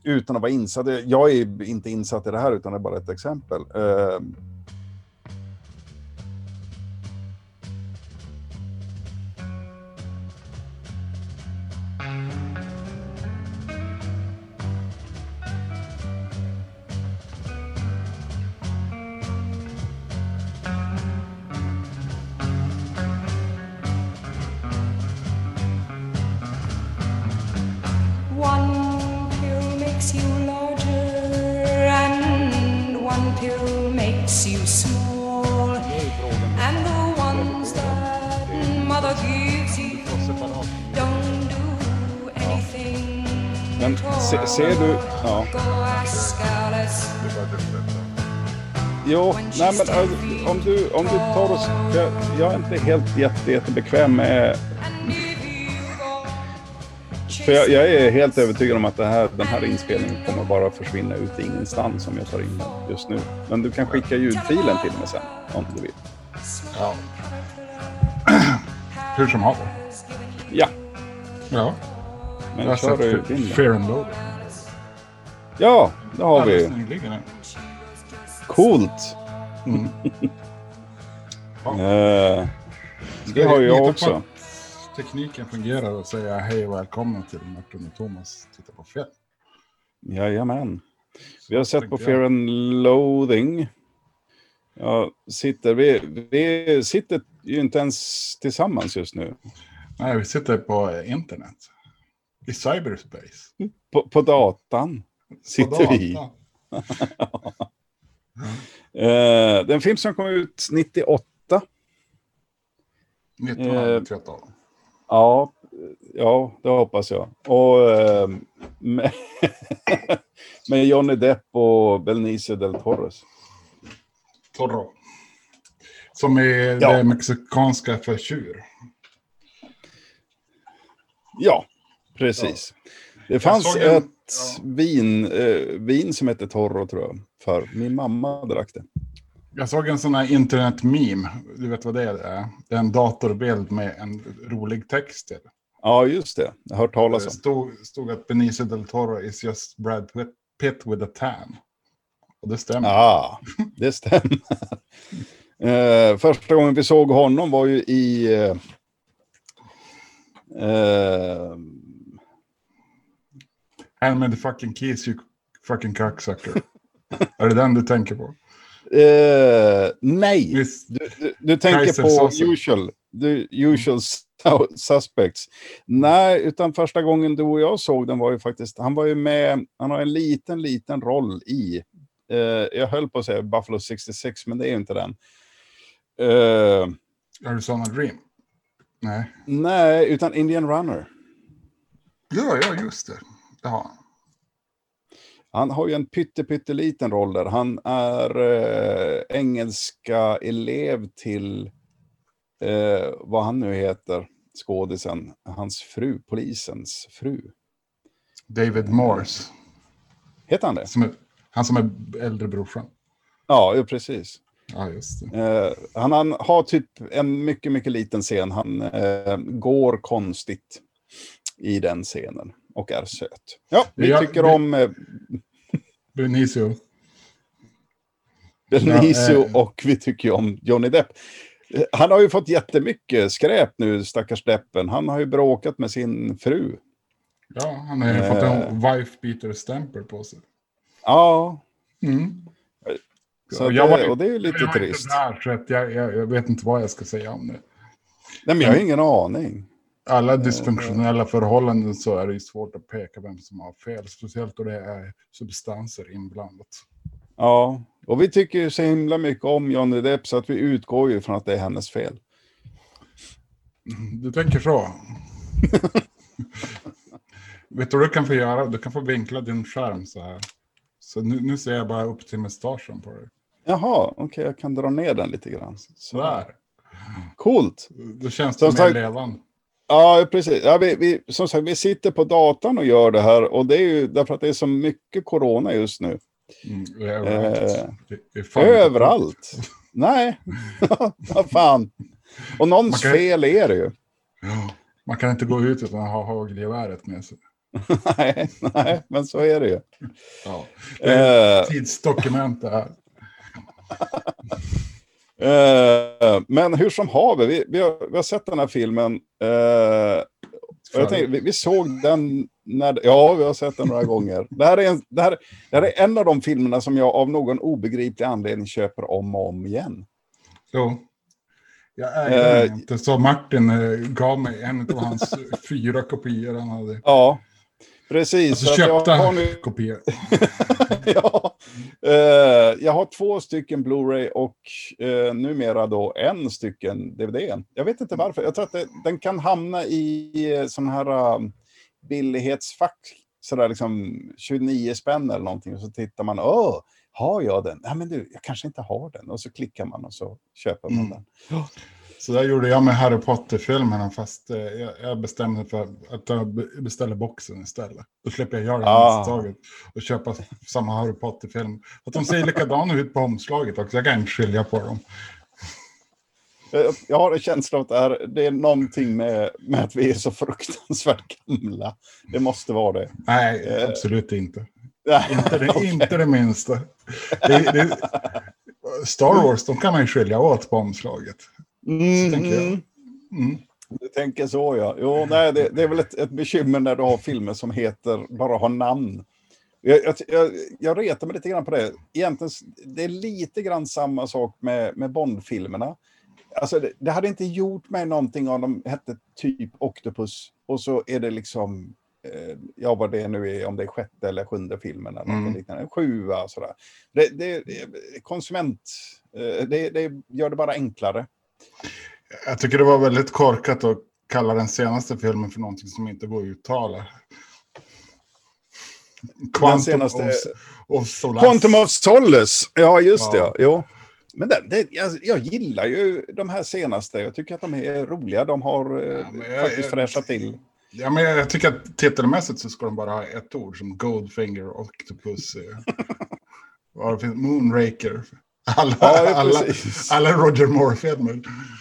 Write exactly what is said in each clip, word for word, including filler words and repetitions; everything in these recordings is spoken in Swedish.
utan att vara insatt. Jag är inte insatt i det här utan det är bara ett exempel. Uh, Men se, ser du... Ja. Jo, nej men om du, om du tar oss... Jag, jag är inte helt jätte, jättebekväm med... För jag, jag är helt övertygad om att det här, den här inspelningen kommer bara försvinna ut i ingenstans som jag tar in just nu. Men du kan skicka ljudfilen till mig sen, om du vill. Ja. Hur som har Ja. Ja. Men jag kör du din Fear and Loathing. Ja, det har vi. Coolt. Mm. Ja. uh, det har jag också. Tekniken fungerar och säga hej och välkomna till Martin och Thomas tittar på film. Jajamän. Vi har sett på Fear and Loathing. Ja, sitter, vi, vi sitter ju inte ens tillsammans just nu. Nej, vi sitter på internet. I cyberspace. På, på datan sitter på datan. vi. uh, den film som kom ut nittioåtta. nittonhundratretton. Uh, ja, ja, det hoppas jag. Och uh, med, med Johnny Depp och Benicio del Toro. Toro. Som är ja. det mexikanska för tjur. Ja, precis. Ja. Det fanns en, ett ja. vin, eh, vin som heter Toro, tror jag. För min mamma drack det. Jag såg en sån här internet-meme. Du vet vad det är? Det är en datorbild med en rolig text till. Ja, just det. Jag har hört talas om. Det stod, stod att Benicio del Toro is just Brad Pitt with a tan. Och det stämmer. Ja, det stämmer. uh, första gången vi såg honom var ju i... Uh, uh, Hand me the fucking keys, you fucking cocksucker. Är det den du tänker på? Uh, nej, du, du, du tänker Kaiser på Sosa. usual, the usual suspects. Nej, utan första gången du och jag såg den var ju faktiskt, han var ju med, han har en liten, liten roll i, uh, jag höll på att säga Buffalo sextiosex, men det är ju inte den. Uh, Arizona Dream? Nej. Nej, utan Indian Runner. Ja, ja, just det. Ja. Han har ju en pytte, pytte liten roll där. Han är eh, engelska elev till eh, vad han nu heter, skådisen, hans fru, polisens fru. David Morse. Heter han det? Som är, han som är äldre brorsan. Ja, precis. Ja, just det. Eh, han, han har typ en mycket, mycket liten scen. Han eh, går konstigt i den scenen. Och är söt. Ja, vi ja, tycker vi, om... Eh, Benicio. Benicio ja, eh, och vi tycker om Johnny Depp. Han har ju fått jättemycket skräp nu, stackars Deppen. Han har ju bråkat med sin fru. Ja, han har ju eh, fått en wife-beater-stämpel på sig. Ja. Mm. Så det, var, och det är ju lite jag trist. Där, så att jag, jag, jag vet inte vad jag ska säga om det. Nej, men jag har ingen aning. Alla dysfunktionella förhållanden så är det ju svårt att peka vem som har fel. Speciellt då det är substanser inblandat. Ja, och vi tycker ju så himla mycket om Johnny Depp så att vi utgår ju från att det är hennes fel. Du tänker så. Vet du vad du kan få göra? Du kan få vinkla din skärm så här. Så nu, nu ser jag bara upp till mustaschen på dig. Jaha, okej, okay, jag kan dra ner den lite grann. Så där. Coolt. Då känns det mer levande. Ja, precis. Ja, vi, vi, som sagt, vi sitter på datan och gör det här. Och det är ju därför att det är så mycket corona just nu. Mm, överallt. Eh, det är överallt. Nej, vad fan. Och någons kan, fel är det ju. Ja, man kan inte gå ut utan att ha hagelgeväret med sig. nej, nej, men så är det ju. Ja, det är ett tidsdokument det här. Uh, men hur som haver, vi, vi, har, vi har sett den här filmen. Uh, och jag tänkte, vi, vi såg den när, ja, vi har sett den några gånger. Det här, är en, det, här, det här är en av de filmerna som jag av någon obegriplig anledning köper om och om igen. Jo, jag äger uh, inte. Så Martin uh, gav mig en av hans fyra kopior han hade. Ja, precis. Alltså så köpta jag har nu... kopior. ja, uh, jag har två stycken Blu-ray och uh, numera då en stycken D V D. Jag vet inte varför. Jag tror att det, den kan hamna i uh, sån här uh, billighetsfack. Sådär liksom tjugonio spänn eller någonting. Och så tittar man, åh, har jag den? Nej men du, jag kanske inte har den. Och så klickar man och så köper man mm. den. Oh. Så där gjorde jag med Harry Potter-filmerna, fast eh, jag, jag bestämde för att jag beställer boxen istället. Då slipper jag göra det ah. misstaget och köpa samma Harry Potter-film. Att de ser likadana ut på omslaget också, jag kan inte skilja på dem. Jag har en känsla att det är, det är någonting med, med att vi är så fruktansvärt gamla. Det måste vara det. Nej, eh. absolut inte. inte, det, okay. inte det minsta. Det, det, Star Wars, de kan man ju skilja åt på omslaget. Mm, så tänker jag. Mm. Du tänker så, ja. Jo, nej, det, det är väl ett, ett bekymmer när du har filmer som heter, bara har namn. Jag, jag, jag, jag retar mig lite grann på det. Egentligen, det är lite grann samma sak med, med Bond-filmerna. Alltså, det, det hade inte gjort mig någonting om de hette typ Octopus. Och så är det liksom, eh, ja vad det nu är, om det är sjätte eller sjunde filmen eller mm. något liknande. En sjua, sådär. Det, det, konsument, eh, det, det gör det bara enklare. Jag tycker det var väldigt korkat att kalla den senaste filmen för någonting som inte går att uttala. Quantum senaste... of, of Solace. Quantum of Solace, ja just ja. det. Jo. Men det, det, jag, jag gillar ju de här senaste. Jag tycker att de är roliga. De har ja, jag, faktiskt fräschat till. Ja, men jag, jag tycker att titelmässigt så ska de bara ha ett ord som Goldfinger, Octopus. Vad finns Moonraker. Alla, ja, alla, alla Roger Moore-filmer.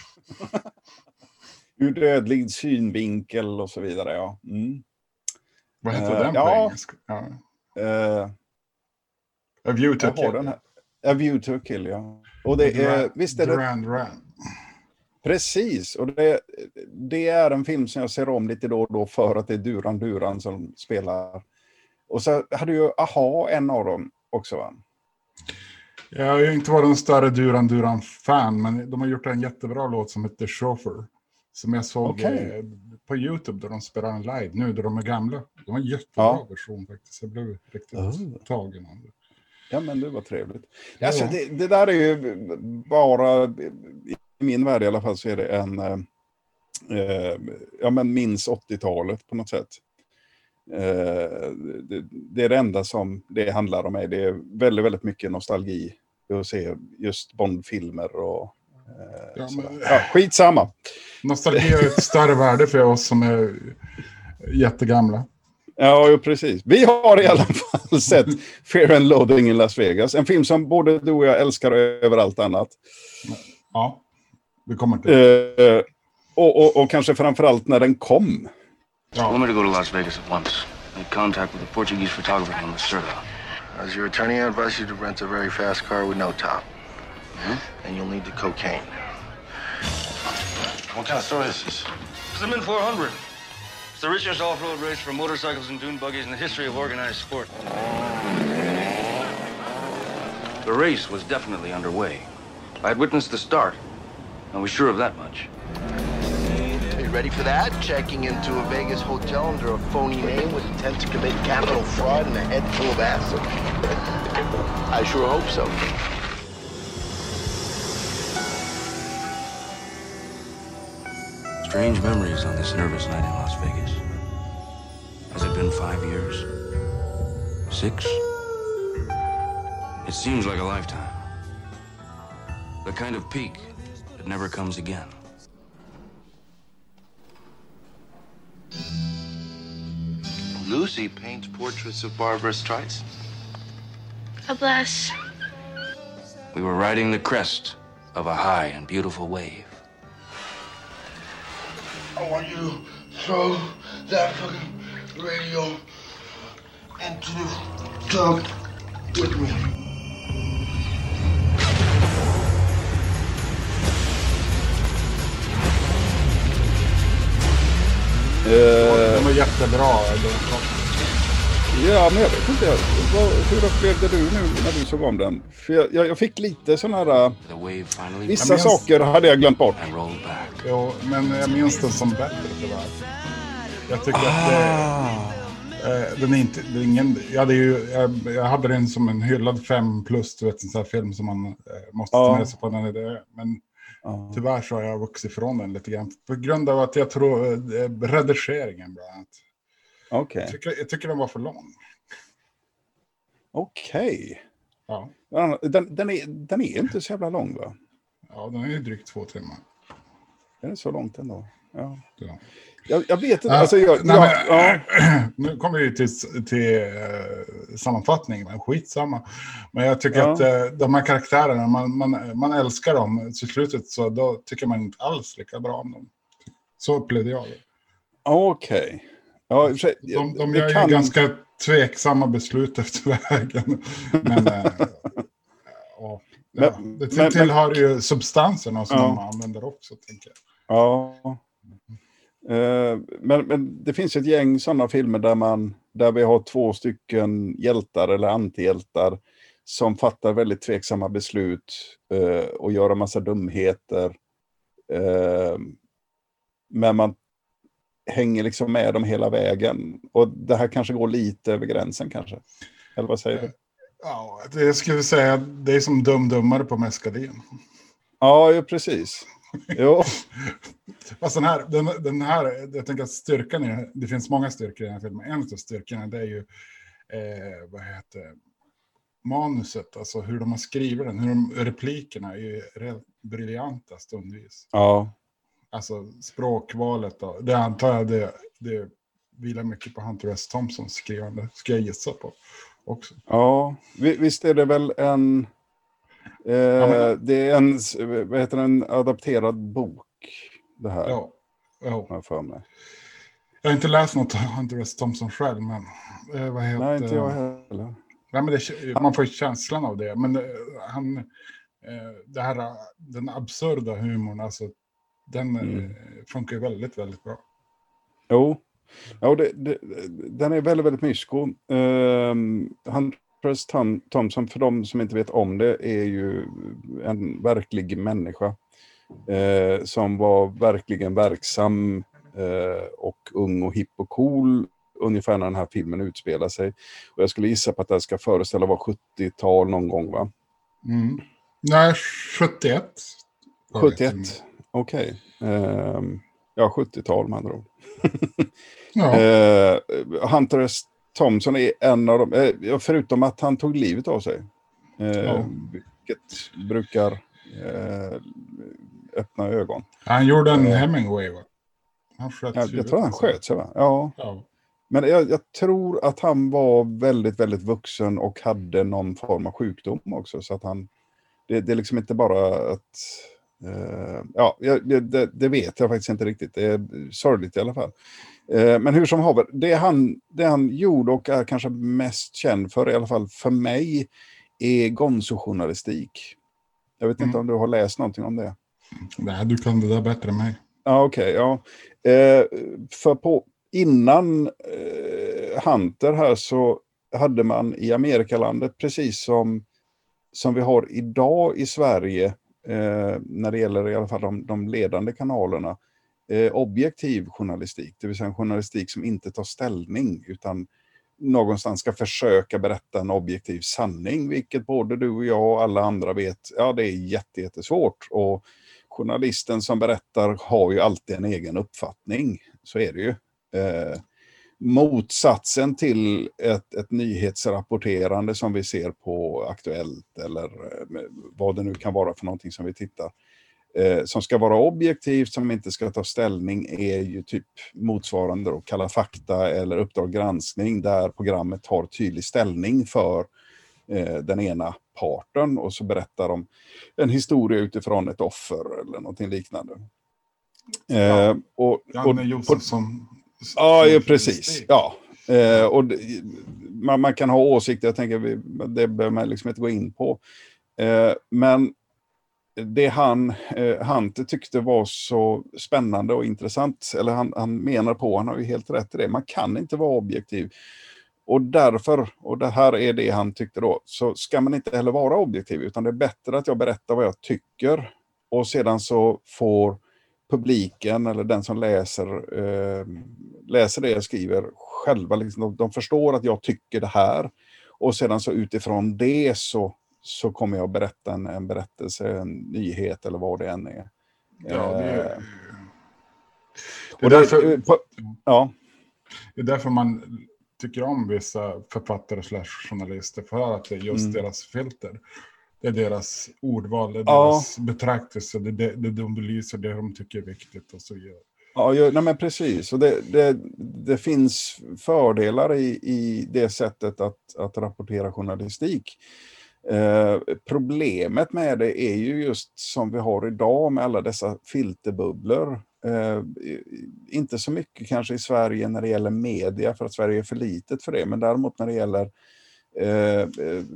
Ur dödlig synvinkel och så vidare, ja. Mm. Vad heter uh, den på ja. engelska? Ja. Uh, A View to Kill. Den här. A View to Kill, ja. Och det är, Duran, visst är det... Duran, Duran. Precis, och det, det är en film som jag ser om lite då och då för att det är Duran Duran som spelar. Och så hade ju A-ha en av dem också, va? Jag har ju inte varit en större Duran Duran-fan, men de har gjort en jättebra låt som heter Chauffeur. Som jag såg okay. eh, på YouTube där de spelar en live nu, där de är gamla. De har en jättebra ja. version faktiskt. Jag blev riktigt oh. tagen av det. Ja, men det var trevligt. Ja. Alltså, det, det där är ju bara, i min värld i alla fall, så är det en, eh, ja men minst åttiotalet på något sätt. Eh, det, det är det enda som det handlar om. Mig. Det är väldigt, väldigt mycket nostalgi att se just Bond-filmer och eh, ja, men, ja, skitsamma. Nostalgi är ett större värde för oss som är jättegamla. Ja, precis. Vi har i alla fall sett Fear and Loathing in Las Vegas. En film som både du och jag älskar över allt annat. Ja, vi kommer till det. Eh, och, och, och kanske framförallt när den kom. I want me to go to Las Vegas at once. Make contact with a Portuguese photographer named Lacerda. As your attorney, I advise you to rent a very fast car with no top. Mm-hmm. And you'll need the cocaine. What kind of story is this? It's the Min four hundred. It's the richest off-road race for motorcycles and dune buggies in the history of organized sport. The race was definitely underway. I had witnessed the start. I was sure of that much. Ready for that? Checking into a Vegas hotel under a phony name with intent to commit capital fraud and a head full of acid? I sure hope so. Strange memories on this nervous night in Las Vegas. Has it been five years? Six? It seems like a lifetime. The kind of peak that never comes again. Lucy paints portraits of Barbara Streisand. God bless. We were riding the crest of a high and beautiful wave. I want you to throw that fucking radio into the tub with me. Uh, de var jättebra. Ja, men jag vet inte. Vad, hur upplevde du nu när du såg om den? För jag, jag, jag fick lite sådana här... Vissa minns... saker hade jag glömt bort. Jo, men jag minns den som bättre tyvärr. Jag tycker ah. att det, eh, den är inte... Det är ingen, jag, hade ju, jag, jag hade den som en hyllad fem plus, du vet, en sån här film som man eh, måste ta med sig på den idén. Men ah. tyvärr så har jag vuxit ifrån den lite grann. På grund av att jag tror eh, redigeringen bland annat. Okay. Jag, tycker, jag tycker den var för lång. Okej. Okay. Ja. Den, den, är, den är inte så jävla lång, va? Ja, den är ju drygt två timmar. Den är så långt ändå. Ja. Ja. Jag, jag vet inte. Uh, alltså, jag, nej, jag, men, ja. Nu kommer vi till, till uh, sammanfattningen, men skitsamma. Men jag tycker ja. att uh, de här karaktärerna, man, man, man älskar dem. Till slutet så då tycker man inte alls lika bra om dem. Så upplevde jag det. Okej. Okay. Ja, de, de, de gör kan... ju ganska tveksamma beslut efter vägen. Men, äh, ja, men det till, men, tillhör ju substanserna som ja. de använder också, tänker jag. Ja. Uh, men, men det finns ett gäng sådana filmer där, man, där vi har två stycken hjältar eller antihjältar som fattar väldigt tveksamma beslut uh, och gör en massa dumheter. Uh, men man hänger liksom med dem hela vägen. Och det här kanske går lite över gränsen kanske. Eller vad säger du? Ja, det skulle jag säga. Det är som dum-dummare på Mescadin. Ja, ja precis. Jo. Fast den här, den, den här, jag tänker att styrkan är, det finns många styrkor i den här filmen. En av styrkorna, det är ju eh, vad heter manuset, alltså hur de har skrivit den, hur de, replikerna är ju rätt briljanta stundvis. Ja. Alltså språkvalet då. Det antar jag det, det vilar mycket på Hunter S. Thompsons skrivande. Ska jag gissa på också. Ja, visst är det väl en... Eh, ja, men... Det är en, vad heter det, en adapterad bok. Det här. Ja, ja. Jag, för mig. Jag har inte läst något av Hunter S. Thompson själv, men... Eh, vad heter, nej, inte jag heller. Nej, men det, man får ju känslan av det. Men eh, han... Eh, det här, den absurda humorn, alltså... Den mm. funkar väldigt, väldigt bra. Jo, ja, det, det, den är väldigt, väldigt mysko. Uh, Hunter S. Thompson, för de som inte vet om det, är ju en verklig människa. Uh, som var verkligen verksam uh, och ung och hipp och cool ungefär när den här filmen utspelar sig. Och jag skulle gissa på att det ska föreställa vara sjuttiotal någon gång, va? Mm. Nej, sjuttioett. sjuttioett. Okej. Okay. Uh, ja, sjuttiotal med andra ord. ja. uh, Hunter S. Thompson är en av dem, uh, förutom att han tog livet av sig. Uh, ja. Vilket brukar uh, öppna ögon. Han gjorde en uh, Hemingway, va? Han sköt ja, jag tror han sköt sig, va? Ja. ja. Men jag, jag tror att han var väldigt, väldigt vuxen och hade någon form av sjukdom också. Så att han, det, det är liksom inte bara att... Uh, ja, det, det vet jag faktiskt inte riktigt. Det är sorgligt i alla fall. Uh, men hur som haver, det han, det han gjorde och är kanske mest känd för, i alla fall för mig, är gonzo-journalistik. Jag vet mm. inte om du har läst någonting om det. Nej, du kan det där bättre än mig. Ah, okej, okay, ja. Uh, för på, innan uh, Hunter här så hade man i Amerikalandet, precis som, som vi har idag i Sverige, Eh, när det gäller i alla fall de, de ledande kanalerna, eh, objektiv journalistik, det vill säga en journalistik som inte tar ställning utan någonstans ska försöka berätta en objektiv sanning, vilket både du och jag och alla andra vet, ja det är jätte, jättesvårt, och journalisten som berättar har ju alltid en egen uppfattning, så är det ju. Eh, motsatsen till ett, ett nyhetsrapporterande som vi ser på Aktuellt eller vad det nu kan vara för någonting som vi tittar, eh, som ska vara objektivt, som inte ska ta ställning, är ju typ motsvarande och Kalla fakta eller Uppdrag granskning, där programmet tar tydlig ställning för eh, den ena parten och så berättar de en historia utifrån ett offer eller någonting liknande. Eh, ja. och, Janne Josefsson. Ja, ja, precis. Ja, Eh, och det, man, man kan ha åsikter, jag tänker vi, det behöver man liksom inte gå in på. Eh, men det han, eh, Hunter tyckte var så spännande och intressant, eller han, han menar på, han har ju helt rätt i det, man kan inte vara objektiv. Och därför, och det här är det han tyckte då, så ska man inte heller vara objektiv, utan det är bättre att jag berättar vad jag tycker, och sedan så får publiken eller den som läser eh, läser det jag skriver själva, liksom, de, de förstår att jag tycker det här, och sedan så utifrån det så, så kommer jag berätta en, en berättelse, en nyhet eller vad det än är. Ja, det är, eh, det är, därför, på, ja. det är därför man tycker om vissa författare slash journalister, för att det är just mm. deras filter. Det är deras ordval, det är ja. deras betraktelse, det är det, det de belyser, det de tycker är viktigt och så vidare. Ja, ja, nej men precis. Och det, det, det finns fördelar i, i det sättet att, att rapportera journalistik. Eh, problemet med det är ju just som vi har idag med alla dessa filterbubblor. Eh, inte så mycket kanske i Sverige när det gäller media, för att Sverige är för litet för det. Men däremot när det gäller eh,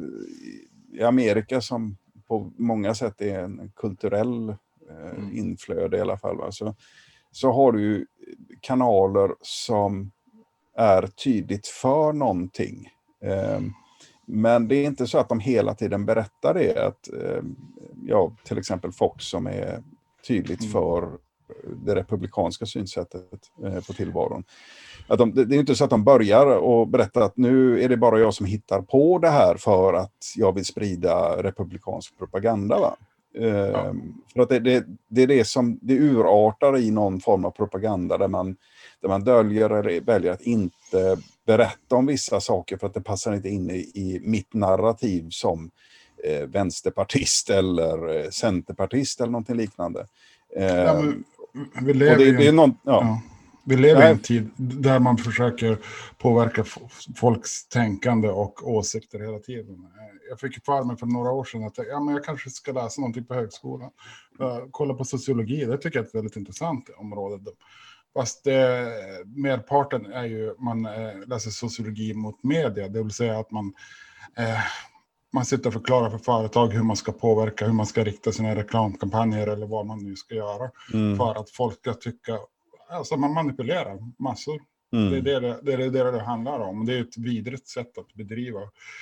i Amerika, som på många sätt är en kulturell eh, mm. inflöde i alla fall. Va? Så, så har du ju kanaler som är tydligt för någonting. Eh, men det är inte så att de hela tiden berättar det. Att, eh, ja, till exempel Fox som är tydligt mm. för det republikanska synsättet eh, på tillvaron. Att de, det är inte så att de börjar och berättar att nu är det bara jag som hittar på det här för att jag vill sprida republikansk propaganda. Va? Eh, ja. För att det, det, det är det som det urartar i någon form av propaganda där man, där man döljer eller väljer att inte berätta om vissa saker för att det passar inte in i, i mitt narrativ som eh, vänsterpartist eller eh, centerpartist eller någonting liknande. Eh, ja, men, vi lever det, det är någon, ja. Ja. Vi lever i en tid där man försöker påverka folks tänkande och åsikter hela tiden. Jag fick för mig för några år sedan att ja, men jag kanske ska läsa någonting på högskolan. Kolla på sociologi, det tycker jag är ett väldigt intressant område. Fast det, merparten är ju, man läser sociologi mot media, det vill säga att man, eh, man sitter och förklarar för företag hur man ska påverka, hur man ska rikta sina reklamkampanjer eller vad man nu ska göra mm. för att folk ska tycka. Alltså man manipulerar massor. Mm. Det, är det, det, är det, det det handlar om. Det är ett vidrigt sätt att bedriva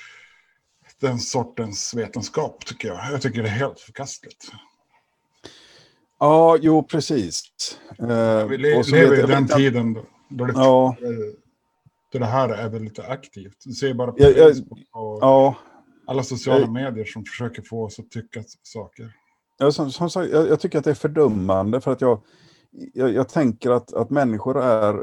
den sortens vetenskap, tycker jag. Jag tycker det är helt förkastligt. Ja, jo, precis. Uh, vi le- lever i den jag, tiden då, då, det, ja. då det här är väldigt aktivt. Du ser bara på ja, Facebook och ja. alla sociala ja. medier som försöker få oss att tycka saker. Ja, som, som sagt, jag, jag tycker att det är fördummande, för att jag Jag, jag tänker att, att människor är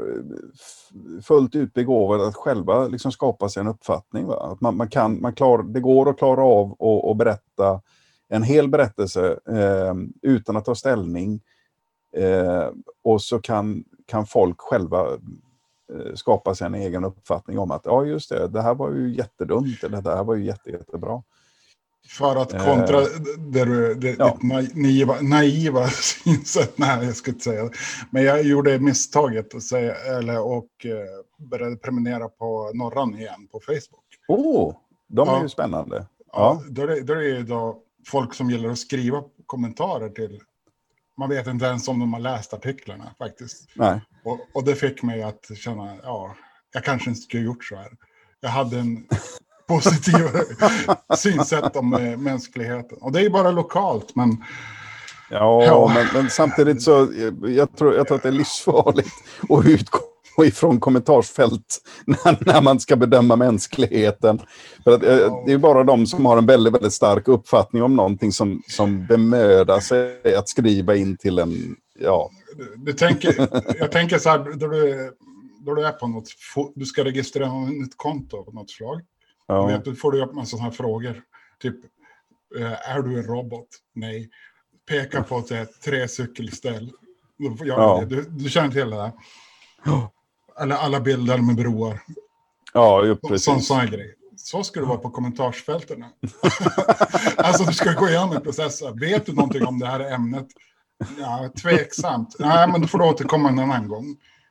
fullt ut begåvade att själva liksom skapa sig en uppfattning. Va? Att man, man kan, man klar, det går att klara av och, och berätta en hel berättelse eh, utan att ta ställning. Eh, och så kan, kan folk själva eh, skapa sig en egen uppfattning om att ja just det, det här var ju jättedumt eller det här var ju jätte, jättebra. För att kontra uh, det, det, det ja. naiva, naiva synsätt, nej jag skulle inte säga det. Men jag gjorde misstaget att säga, eller, och eh, började prenumerera på Norran igen på Facebook. Åh, oh, de ja. är ju spännande. Ja, ja. Då, är, då är det då folk som gillar att skriva kommentarer till, man vet inte ens om de har läst artiklarna faktiskt. Nej. Och, och det fick mig att känna, ja, jag kanske inte skulle gjort så här. Jag hade en positiva synsätt om äh, mänskligheten. Och det är ju bara lokalt, men ja, ja. Men, men samtidigt så jag tror, jag tror att det är livsfarligt att utgå ifrån kommentarsfält när, när man ska bedöma mänskligheten. För att, ja. Det är bara de som har en väldigt, väldigt stark uppfattning om någonting som, som bemödar sig att skriva in till en, ja. Du, du tänker, jag tänker så här, då du, då du är på något, du ska registrera ett konto på något slag. Ja. Vet, då får du upp en sån här frågor. Typ, är du en robot? Nej. Peka på att det är tre cykelställ. Ja. Du, du känner till det där. Ja. Eller alla bilder med broar. Ja, ju, precis. Sån, sån här grej. Så ska det vara på kommentarsfälten. Alltså du ska gå igenom en process. Vet du någonting om det här ämnet? Ja, tveksamt. Nej, men då får du återkomma en annan gång.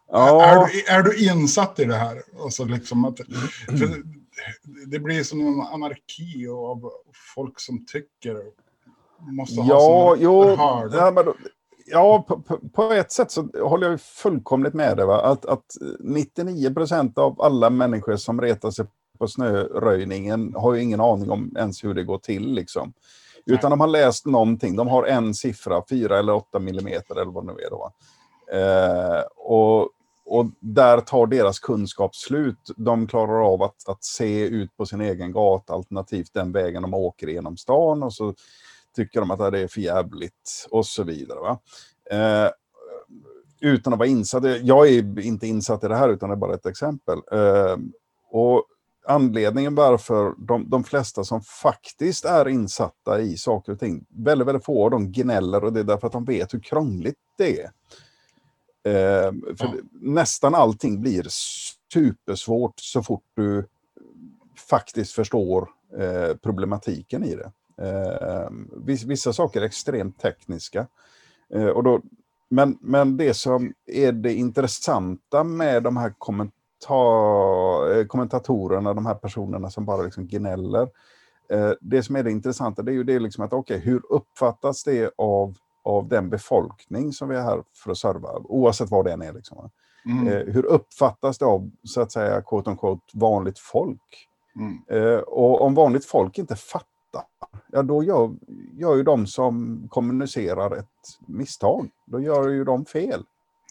Ja. Är, du, är du insatt i det här? Alltså liksom att, för det blir som en anarki av folk som tycker måste ja, ha jo, ja, men, ja på, på, på ett sätt så håller jag fullkomligt med dig. Va? Att, att nittionio procent av alla människor som retar sig på snöröjningen har ju ingen aning om ens hur det går till. Liksom. Utan de har läst någonting. De har en siffra, fyra eller åtta millimeter eller vad det nu är. Då, eh, och, och där tar deras kunskap slut. De klarar av att, att se ut på sin egen gata, alternativt den vägen de åker genom stan. Och så tycker de att det är för jävligt och så vidare. Va? Eh, utan att vara insatt. Jag är inte insatt i det här utan det är bara ett exempel. Eh, och anledningen varför de, de flesta som faktiskt är insatta i saker och ting, väldigt, väldigt få av dem gnäller, och det är därför att de vet hur krångligt det är. Eh, för ja. Nästan allting blir supersvårt så fort du faktiskt förstår eh, problematiken i det. Eh, vissa, vissa saker är extremt tekniska. Eh, och då, men, men det som är det intressanta med de här kommentarerna, Ta, kommentatorerna, de här personerna som bara liksom gnäller. Eh, det som är det intressanta, det är ju det liksom att okej, okay, hur uppfattas det av, av den befolkning som vi är här för att serva, oavsett vad det än är liksom. Mm. Eh, hur uppfattas det av, så att säga, quote on quote, vanligt folk? Mm. Eh, och om vanligt folk inte fattar, ja då gör, gör ju de som kommunicerar ett misstag. Då gör ju de fel.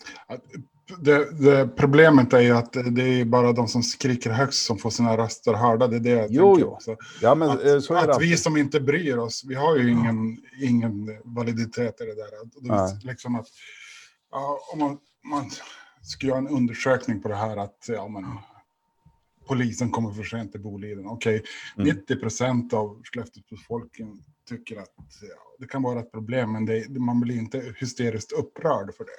Det, det problemet är ju att det är bara de som skriker högst som får sina röster hörda. Det är det jag jo, tänker jo. också. Ja, men, att så är det att vi som inte bryr oss, vi har ju ingen, ingen validitet i det där. Det liksom att, ja, om man, man ska göra en undersökning på det här att ja, men, polisen kommer för sent till Boliden. Okej, mm. nittio procent av Skellefteåsbefolkningen tycker att ja, det kan vara ett problem, men det, man blir inte hysteriskt upprörd för det.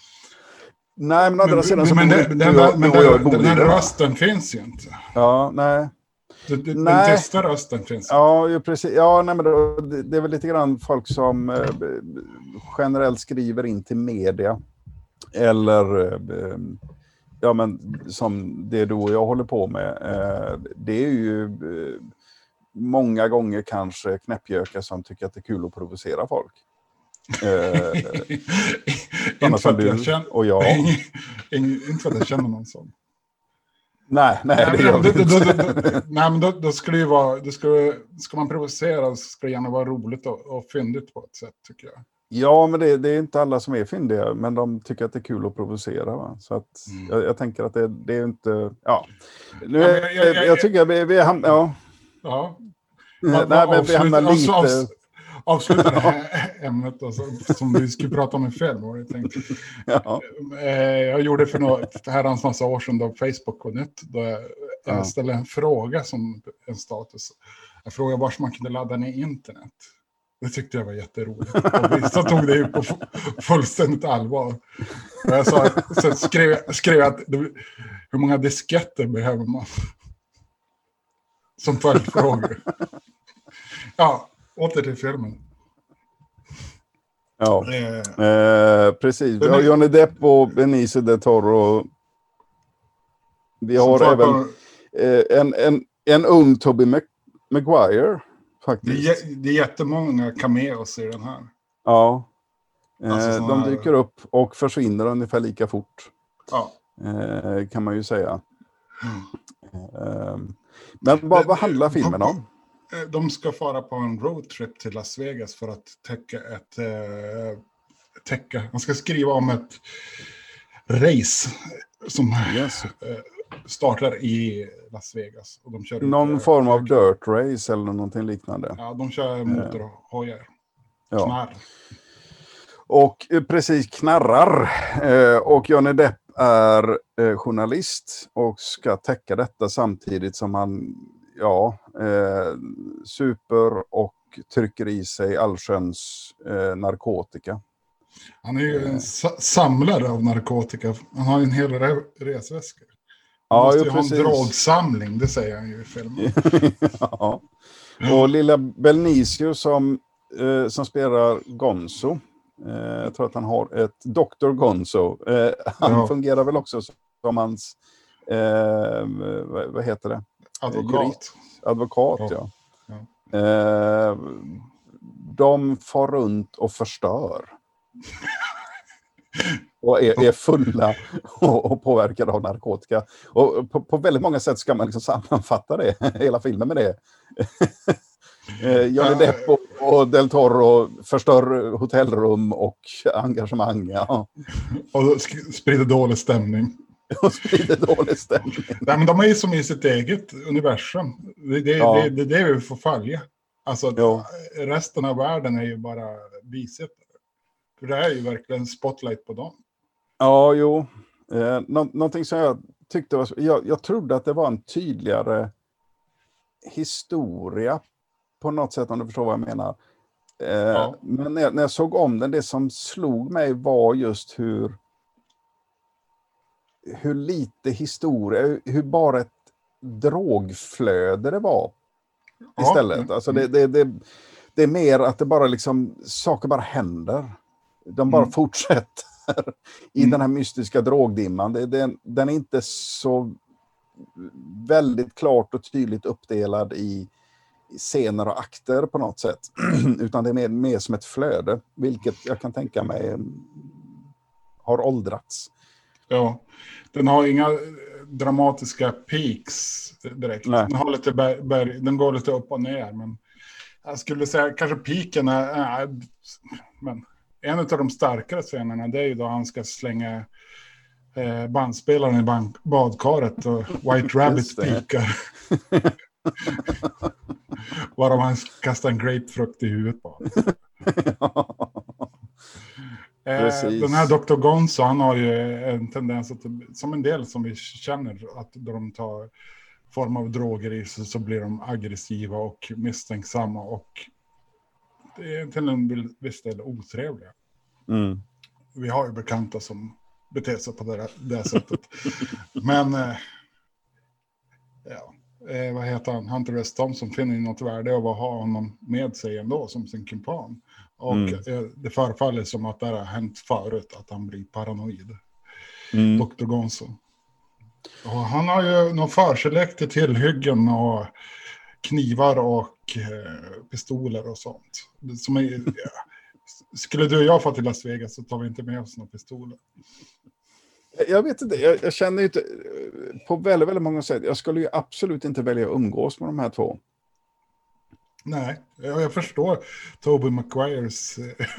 Nej, men andra men, sidan så men, bor, den, den, jag, men den, den här rösten finns ju inte. Ja, nej. Den, den, nej. den tysta rösten finns. Ja, ju precis. Ja, nej, men det, det är väl lite grann folk som eh, generellt skriver in till media. Eller eh, ja, men som det du och jag håller på med. Eh, det är ju eh, många gånger kanske knäppjökar som tycker att det är kul att provocera folk. Eh, inte för att jag känner och jag. Inte för att jag känner någon sån. Nej, nej, nej, det gör då, inte. Då, då, då, nej, men då, då skulle det vara, då skulle, ska man provocera så ska det gärna vara roligt och, och fyndigt på ett sätt, tycker jag. Ja, men det, det är inte alla som är fyndiga, men de tycker att det är kul att provocera. Va? Så att mm. jag, jag tänker att det, det är inte, ja. Nu, ja, jag, jag, jag, jag tycker att vi, vi hamnar, ja. Ja. Nej, men avslut, vi hamnar lite... Avs, avsluta det här ämnet alltså, som vi skulle prata om i film. Jag, tänkte. Ja. Jag gjorde för något herrans massa år sedan då Facebook var nytt. Då jag, jag ja. ställde en fråga som en status. Jag frågade var man kunde ladda ner internet. Det tyckte jag var jätteroligt. Och vissa tog det ju på fullständigt allvar. Och jag sa, så skrev, skrev att hur många disketter behöver man? Som följdfrågor. Ja. Åter till filmen. Ja, eh, eh, precis. Vi har Johnny Depp och Benicio del Toro. Vi har även på... eh, en, en, en ung Tobey Mac- Maguire. Faktiskt. Det, är, det är jättemånga cameos i den här. Ja, eh, alltså de här... dyker upp och försvinner ungefär lika fort. Ja. Eh, kan man ju säga. Mm. Eh, men vad, vad handlar filmen om? De ska fara på en roadtrip till Las Vegas för att täcka ett... Eh, täcka. Man ska skriva om ett race som yes. eh, startar i Las Vegas. Och de kör någon ut, form av dirt race eller någonting liknande. Ja, de kör motorhojar. Eh. Ja. Knarr. Och eh, precis knarrar. Eh, och Johnny Depp är eh, journalist och ska täcka detta samtidigt som han... Ja, eh, super och trycker i sig allsköns eh, narkotika. Han är ju en sa- samlare av narkotika. Han har ju en hel re- resväska. Han ja, måste ju ju precis. ha en drogsamling, det säger han ju i filmen. Ja. Och lilla Benicio som, eh, som spelar Gonzo Eh, jag tror att han har ett doktor Gonzo. Eh, han ja. fungerar väl också som hans, eh, vad, vad heter det? Advokat. Jurist. Advokat, ja. ja. ja. Eh, de far runt och förstör. Och är, är fulla och, och påverkade av narkotika. Och på, på väldigt många sätt ska man liksom sammanfatta det, hela filmen med det. Johnny Depp och, och Del Toro förstör hotellrum och engagemang. Ja. Och sprider dålig stämning. Och sprider dålig stämning. Nej, men de är ju som i sitt eget universum. Det är det, ja. det, det, det vi får följa. Alltså ja. resten av världen är ju bara bisättare. För det här är ju verkligen spotlight på dem. Ja, jo. Eh, nå- någonting som jag tyckte var... Jag, jag trodde att det var en tydligare historia på något sätt, om du förstår vad jag menar. Eh, ja. Men när jag, när jag såg om den, det som slog mig var just hur hur lite historia, hur bara ett drogflöde det var istället. Ja. Alltså det, det, det, det är mer att det bara liksom, saker bara händer. De bara mm. fortsätter i mm. den här mystiska drogdimman. Det, det, den är inte så väldigt klart och tydligt uppdelad i scener och akter på något sätt. Utan det är mer, mer som ett flöde, vilket jag kan tänka mig har åldrats. Ja, den har inga dramatiska peaks direkt. Nej. Den har lite berg, berg, den går lite upp och ner, men jag skulle säga kanske peaken är, är men en av de starkare scenerna, det är ju då han ska slänga eh, bandspelaren i bank, badkaret och White Rabbit pikar. Varav han kastar en grapefrukt i huvudet på. eh, den här doktor Gonzo, han har ju en tendens att, som en del som vi känner, att då de tar form av droger i sig så blir de aggressiva och misstänksamma och det är till en viss del otrevliga. Mm. Vi har ju bekanta som beter sig på det, det sättet. Men eh, ja, eh, vad heter han? Hunter S. Thompson finner något värde av att ha honom med sig ändå som sin kumpan. Och mm. eh, det förefaller som att det har hänt förut att han blir paranoid. Mm. doktor Gonzo. Och han har ju någon förkärlek till tillhyggen och knivar och eh, pistoler och sånt. Som är, ja. Skulle du och jag få till Las Vegas så tar vi inte med oss några pistoler. Jag vet inte, jag, jag känner ju inte på väldigt, väldigt många sätt. Jag skulle ju absolut inte välja att umgås med de här två. Nej, jag, jag förstår Tobey Maguires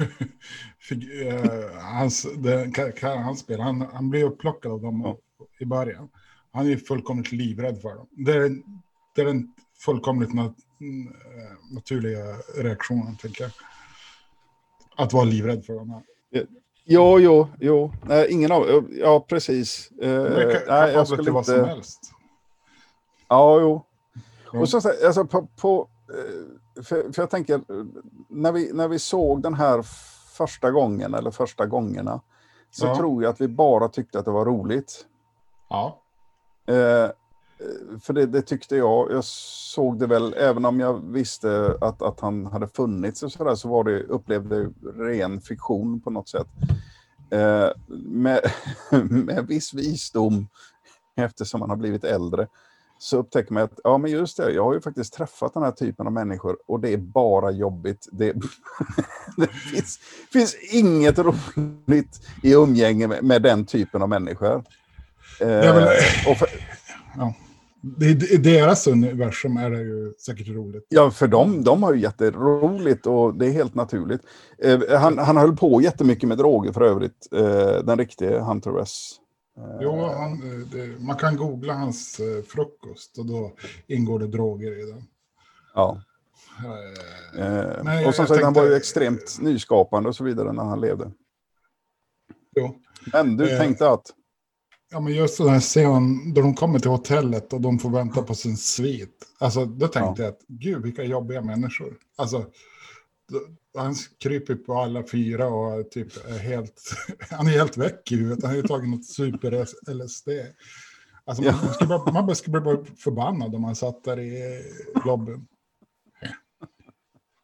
äh, hans, det, kan, hans spel. Han, han blir upplockad av dem ja. i början. Han är fullkomligt livrädd för dem. Det är, det är en fullkomligt nat, naturliga reaktionen, tänker jag. Att vara livrädd för dem här. Jo, jo, jo. Nej, ingen av... Ja, precis. Det kan, nej, jag skulle inte... vad som helst. Ja, jo. Ja. Och så, alltså, på... på för, för jag tänker, när vi, när vi såg den här första gången, eller första gångerna, så ja. tror jag att vi bara tyckte att det var roligt. Ja. Eh, för det, det tyckte jag. Jag såg det väl, även om jag visste att, att han hade funnits och sådär, så var det, upplevde det ren fiktion på något sätt. Eh, med, med viss visdom, eftersom man har blivit äldre, så upptäcker man att, ja men just det, jag har ju faktiskt träffat den här typen av människor och det är bara jobbigt. Det, det finns, finns inget roligt i umgänge med, med den typen av människor. Eh, väl, och för, ja. I deras universum är det ju säkert roligt. Ja, för dem, de har ju jätteroligt och det är helt naturligt. Eh, han, han höll på jättemycket med droger för övrigt, eh, den riktiga Hunter S. Eh. Jo, han, det, man kan googla hans eh, frukost och då ingår det droger i den. Ja. Eh, Nej, och som sagt, tänkte, han var ju extremt nyskapande och så vidare när han levde. Jo. Men du eh, tänkte att... Ja, men just den här scenen då de kommer till hotellet och de får vänta på sin svit. Alltså, då tänkte ja. jag att, gud, vilka jobbiga människor. Alltså, då, han kryper på alla fyra och typ är helt, han är helt väck i huvudet. Han har ju tagit något super-L S D. Alltså, man, man, skulle bara, man skulle bli bara förbannad om man satt där i lobbyn.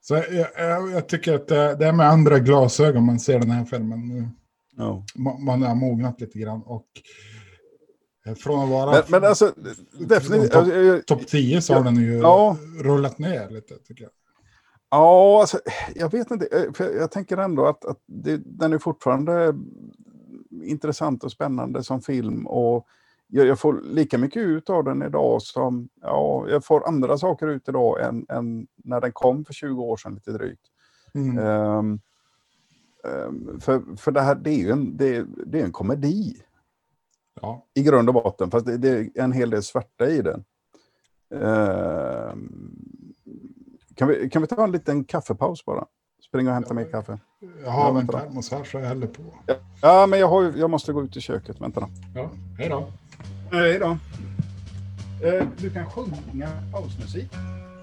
Så jag, jag, jag tycker att det, det är med andra glasögon man ser den här filmen nu. Oh. Man, man har mognat lite grann och från att vara men, men alltså, definitivt topp top tio så har den ju ja. rullat ner lite tycker jag. Ja, alltså, jag vet inte. För jag tänker ändå att, att det, den är fortfarande intressant och spännande som film. Och jag, jag får lika mycket ut av den idag som... Ja, jag får andra saker ut idag än, än när den kom för tjugo år sedan lite drygt. Mm. Um, um, för, för det här, det är ju en, det, det är en komedi. Ja. I grund och botten. Fast det, det är en hel del svärta i den. Um, Kan vi, kan vi ta en liten kaffepaus bara? Springa och hämta ja, mer kaffe. Jag har en termos här så jag häller på. Ja, ja men jag, har, jag måste gå ut i köket. Vänta då. Ja, hej då. Hej då. Eh, du kan sjunga pausmusik.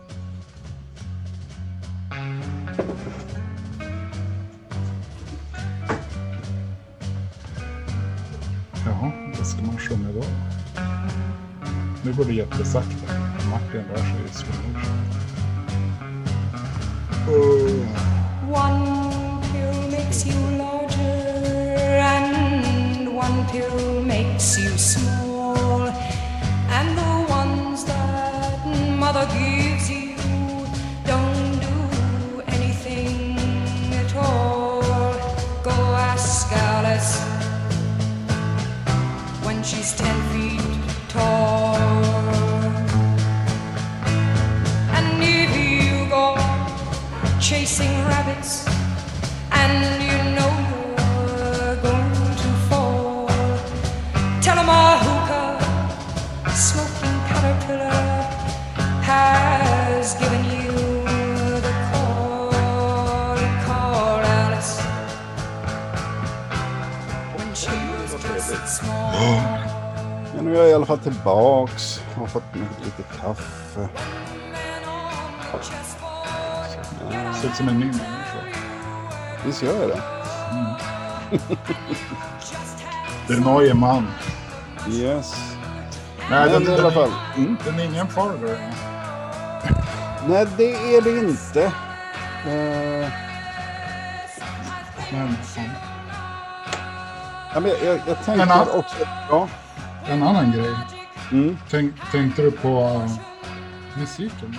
Ja, vad ska man sjunga då? Nu går det jättesakta. Martin rör sig i svårt. One pill makes you larger and one pill makes you small, and the ones that mother gives you don't do anything at all. Go ask Alice when she's ten feet tall. Chasing rabbits, and you know you're going to fall. Tell 'em a hookah, smoking caterpillar has given you the call. Call Alice when she was just small. Men nu är jag i alla fall tillbaks. Jag har fått lite kaffe. Ser ut som en ny människa. Visst gör jag det. Mm. Det är en nöje man. Yes. Nej, den, den, i alla fall. Mm. Den är ingen farver. Nej, det är det inte. Uh... Men fan. Ja, men jag, jag, jag tänker en an- också... Ja. En annan grej. Mm. Tänk, tänkte du på uh, musiken?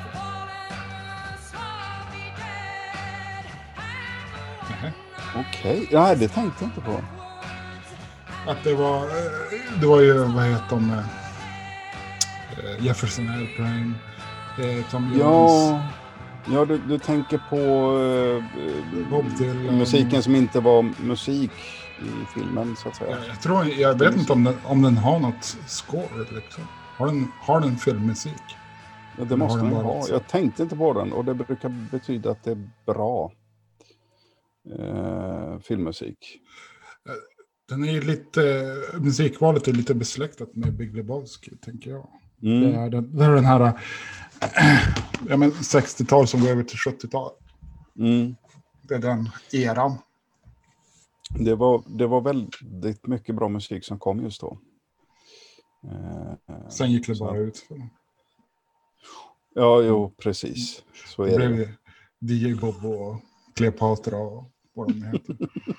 Okej, okay. Nej, det tänkte jag inte på. Att det var, det var ju, vad heter de, uh, Jefferson Airplane, uh, Tom Jones. Ja, ja du, du tänker på uh, Bob Dylan. Musiken som inte var musik i filmen, så att säga. Jag, jag, tror, jag vet inte om den, om den har något score, liksom. Har den, har den filmmusik? Ja, det måste den ha. Jag tänkte inte på den, och det brukar betyda att det är bra. Uh, filmmusik. Den är ju lite, musikvalet är lite besläktat med Big Lebowski, tänker jag. Mm. Det, är den, det är den här äh, ja, men sextiotal som går över till sjuttiotal. Mm. Det är den eran. Det var, det var väldigt mycket bra musik som kom just då. Uh, Sen gick det bara ut för dem. Ja, jo, precis. Så det är blev det. D J Bob och Cleopatra och vad de heter.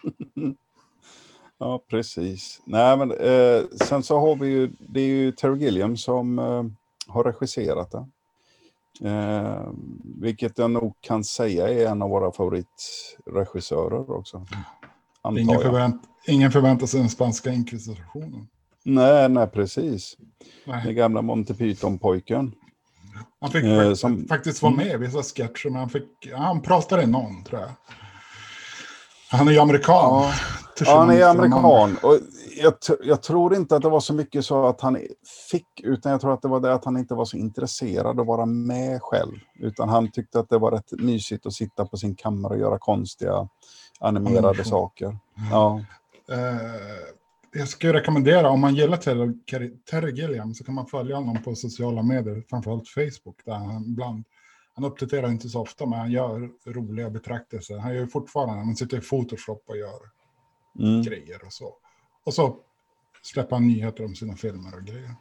Ja, precis. Nej, men eh, sen så har vi ju, det är ju Terry Gilliam som eh, har regisserat det. Eh, vilket jag nog kan säga är en av våra favoritregissörer också. Ingen, förvänt, ingen förväntar sig den spanska inkvisitionen. Nej, nej, precis. Nej. Den gamla Monty Python-pojken. Han fick eh, som, faktiskt vara med i vissa sketcher, men han, fick, han pratade i någon, tror jag. Han är ju amerikan. Ja, ja han är amerikan. Och jag, jag tror inte att det var så mycket så att han fick, utan jag tror att det var det att han inte var så intresserad att vara med själv. Utan han tyckte att det var rätt mysigt att sitta på sin kammare och göra konstiga animerade mm. saker. Ja. Uh, jag ska ju rekommendera, om man gillar Terry, Terry Gilliam så kan man följa honom på sociala medier, framförallt Facebook, där han ibland, han uppdaterar inte så ofta, men han gör roliga betraktelser. Han gör fortfarande, han sitter i Photoshop och gör mm. grejer och så. Och så släpper han nyheter om sina filmer och grejer.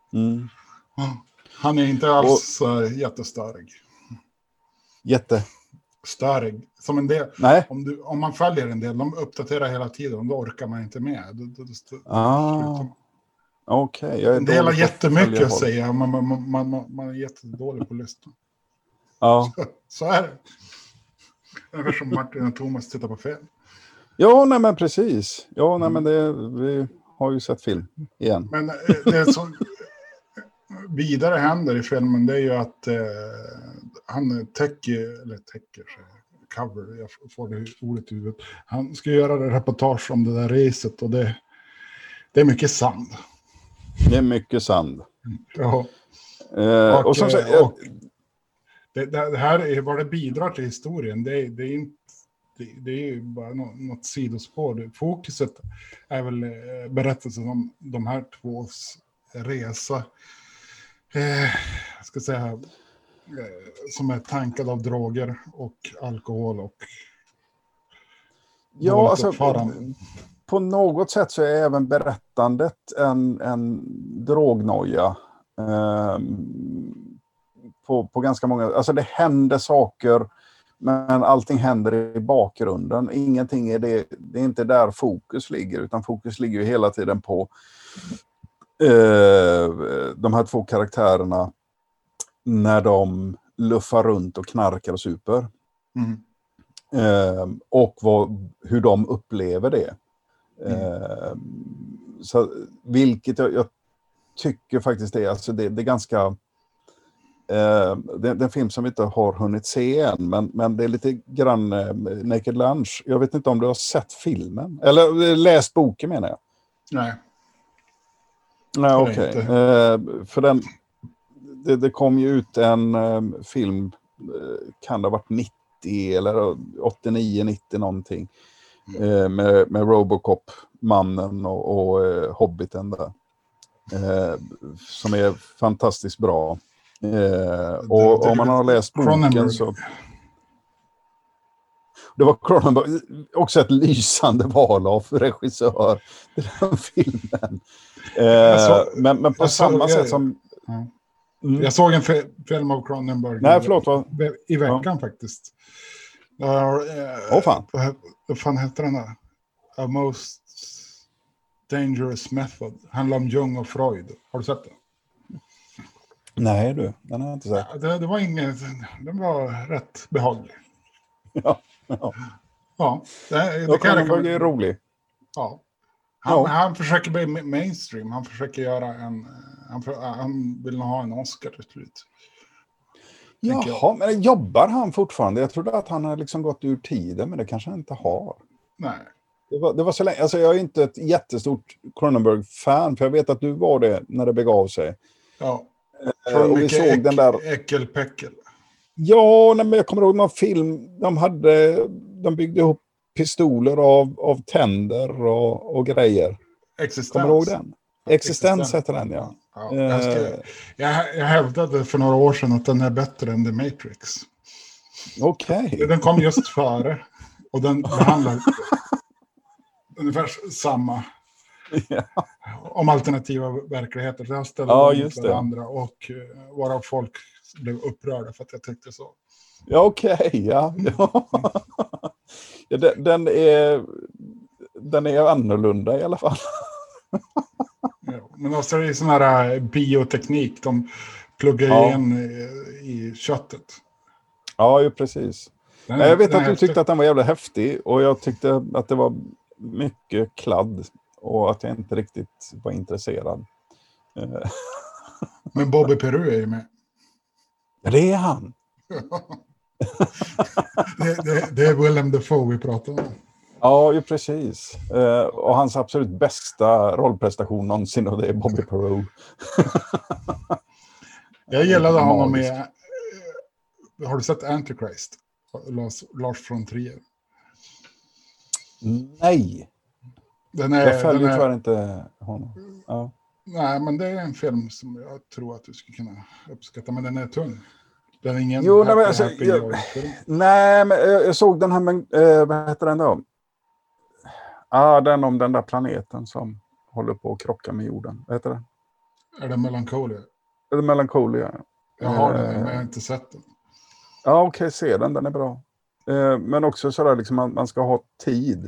Mm. Han är inte alls och, jättestörig. Jätte. störig. Som en del, Nej. Om, du, om man följer en del, de uppdaterar hela tiden, då orkar man inte med. Då, då, då, då, ah, okej. Okay. En del har jättemycket att säga, man, man, man, man, man är jättedålig på listan. Ja. Så, så är det. Ungefär som Martin och Thomas tittar på film. Ja, nej men precis. Ja, nej men det, vi har ju sett film igen. Men det som vidare händer i filmen, det är ju att eh, han täcker, eller täcker sig, cover, jag får det ordet i huvudet. Han ska göra ett reportage om det där racet och det, det är mycket sand. Det är mycket sand. Ja. Eh, och, och, som, och det, det här är vad det bidrar till historien. Det, det är inte Det, det är ju bara något, något sidospår. Fokuset är väl berättelsen om de här tvås resa. Eh, jag ska säga eh, som är tankad av droger och alkohol och ja, alltså på något sätt så är även berättandet en, en drognoja. Eh, på, på ganska många, alltså det händer saker. Men allting händer i bakgrunden. Ingenting är det, det är inte där fokus ligger. Utan fokus ligger ju hela tiden på eh, de här två karaktärerna. När de luffar runt och knarkar och super. Mm. Eh, och vad, hur de upplever det. Mm. Eh, så, vilket jag, jag tycker faktiskt är, alltså det, det är ganska... Uh, det, det är en film som vi inte har hunnit se än, men, men det är lite grann uh, Naked Lunch. Jag vet inte om du har sett filmen. Eller läst boken menar jag. Nej. Nej, okej. Okay. Uh, för den, det, det kom ju ut en um, film, uh, kan det ha varit nittio eller åttionio nittio någonting. Mm. Uh, med, med Robocop, mannen och, och uh, Hobbiten där. Uh, som är fantastiskt bra. Eh, och om man har läst boken så... Det var Cronenberg, också ett lysande val av regissör i den filmen. Eh, så, men, men på samma såg, sätt som... Ja. Mm. Jag såg en f- film av Cronenberg Nej, förlåt, vad? i veckan ja. faktiskt. Åh uh, oh, fan. Vad fan heter den här? A Most Dangerous Method. Handlar om Jung och Freud. Har du sett det? Nej du, den har jag inte sett. Ja, det, det var inget, den var rätt behaglig. Ja, ja. Ja, det, det ja, kan jag är rolig. Ja. Han, ja. han försöker bli mainstream, han försöker göra en, han, han vill ha en Oscar till slut. Jaha, men jobbar han fortfarande? Jag trodde att han hade liksom gått ur tiden, men det kanske han inte har. Nej. Det var, det var så länge, alltså jag är inte ett jättestort Cronenberg-fan, för jag vet att du var det när det begav sig. Ja. Uh, och vi såg äck, den där... Äckelpäckel. Ja, nej, men jag kommer ihåg någon film, de hade, de byggde ihop pistoler av, av tänder och, och grejer. Existens. Kommer du ihåg den? Existens, Existens. heter den, ja. ja jag, ska, jag, jag hävdade för några år sedan att den är bättre än The Matrix. Okej. Okay. Den kom just före. Och den behandlar ungefär samma. Ja. Om alternativa verkligheter. Jag ställde ja, just det. Andra och uh, varav folk blev upprörda för att jag tyckte så. Ja, okej. Okay, ja. ja den, den, är, den är annorlunda i alla fall. ja, men också är det sån här bioteknik. De pluggar ja. in i, i köttet. Ja, ju precis. Den, jag vet att du tyckte att den var jävla häftig. Och jag tyckte att det var mycket kladd. Och att jag inte riktigt var intresserad. Men Bobby Peru är ju med. Det är han. det, det, det är Willem Dafoe vi pratar om. Ja, ju precis. Uh, och hans absolut bästa rollprestation någonsin, och det är Bobby Peru. Jag gillade honom med... Har du sett Antichrist? Lars, Lars von Trier. Nej. Den är, jag följer den är, tyvärr inte honom. Ja. Nej, men det är en film som jag tror att du skulle kunna uppskatta. Men den är tung. Den är ingen jo, happy, nej, alltså, happy jag, nej, men jag, jag såg den här med, äh, vad heter den då? Ah, den om den där planeten som håller på att krocka med jorden. Vad heter den? Är det Melancholia? Är det Melancholia? Jag har den, men jag har inte sett den. Ja, okej, okay, se den. Den är bra. Eh, men också sådär liksom man, man ska ha tid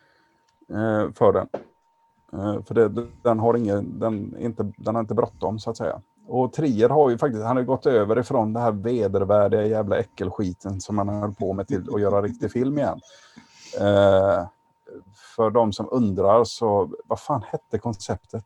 eh, för den. Eh, för det, den har ingen, den, inte, den har inte bråttom så att säga. Och Trier har ju faktiskt, han har gått över ifrån det här vedervärdiga jävla äckelskiten som man höll på med till att göra riktig film igen. Eh, för de som undrar så, vad fan hette konceptet?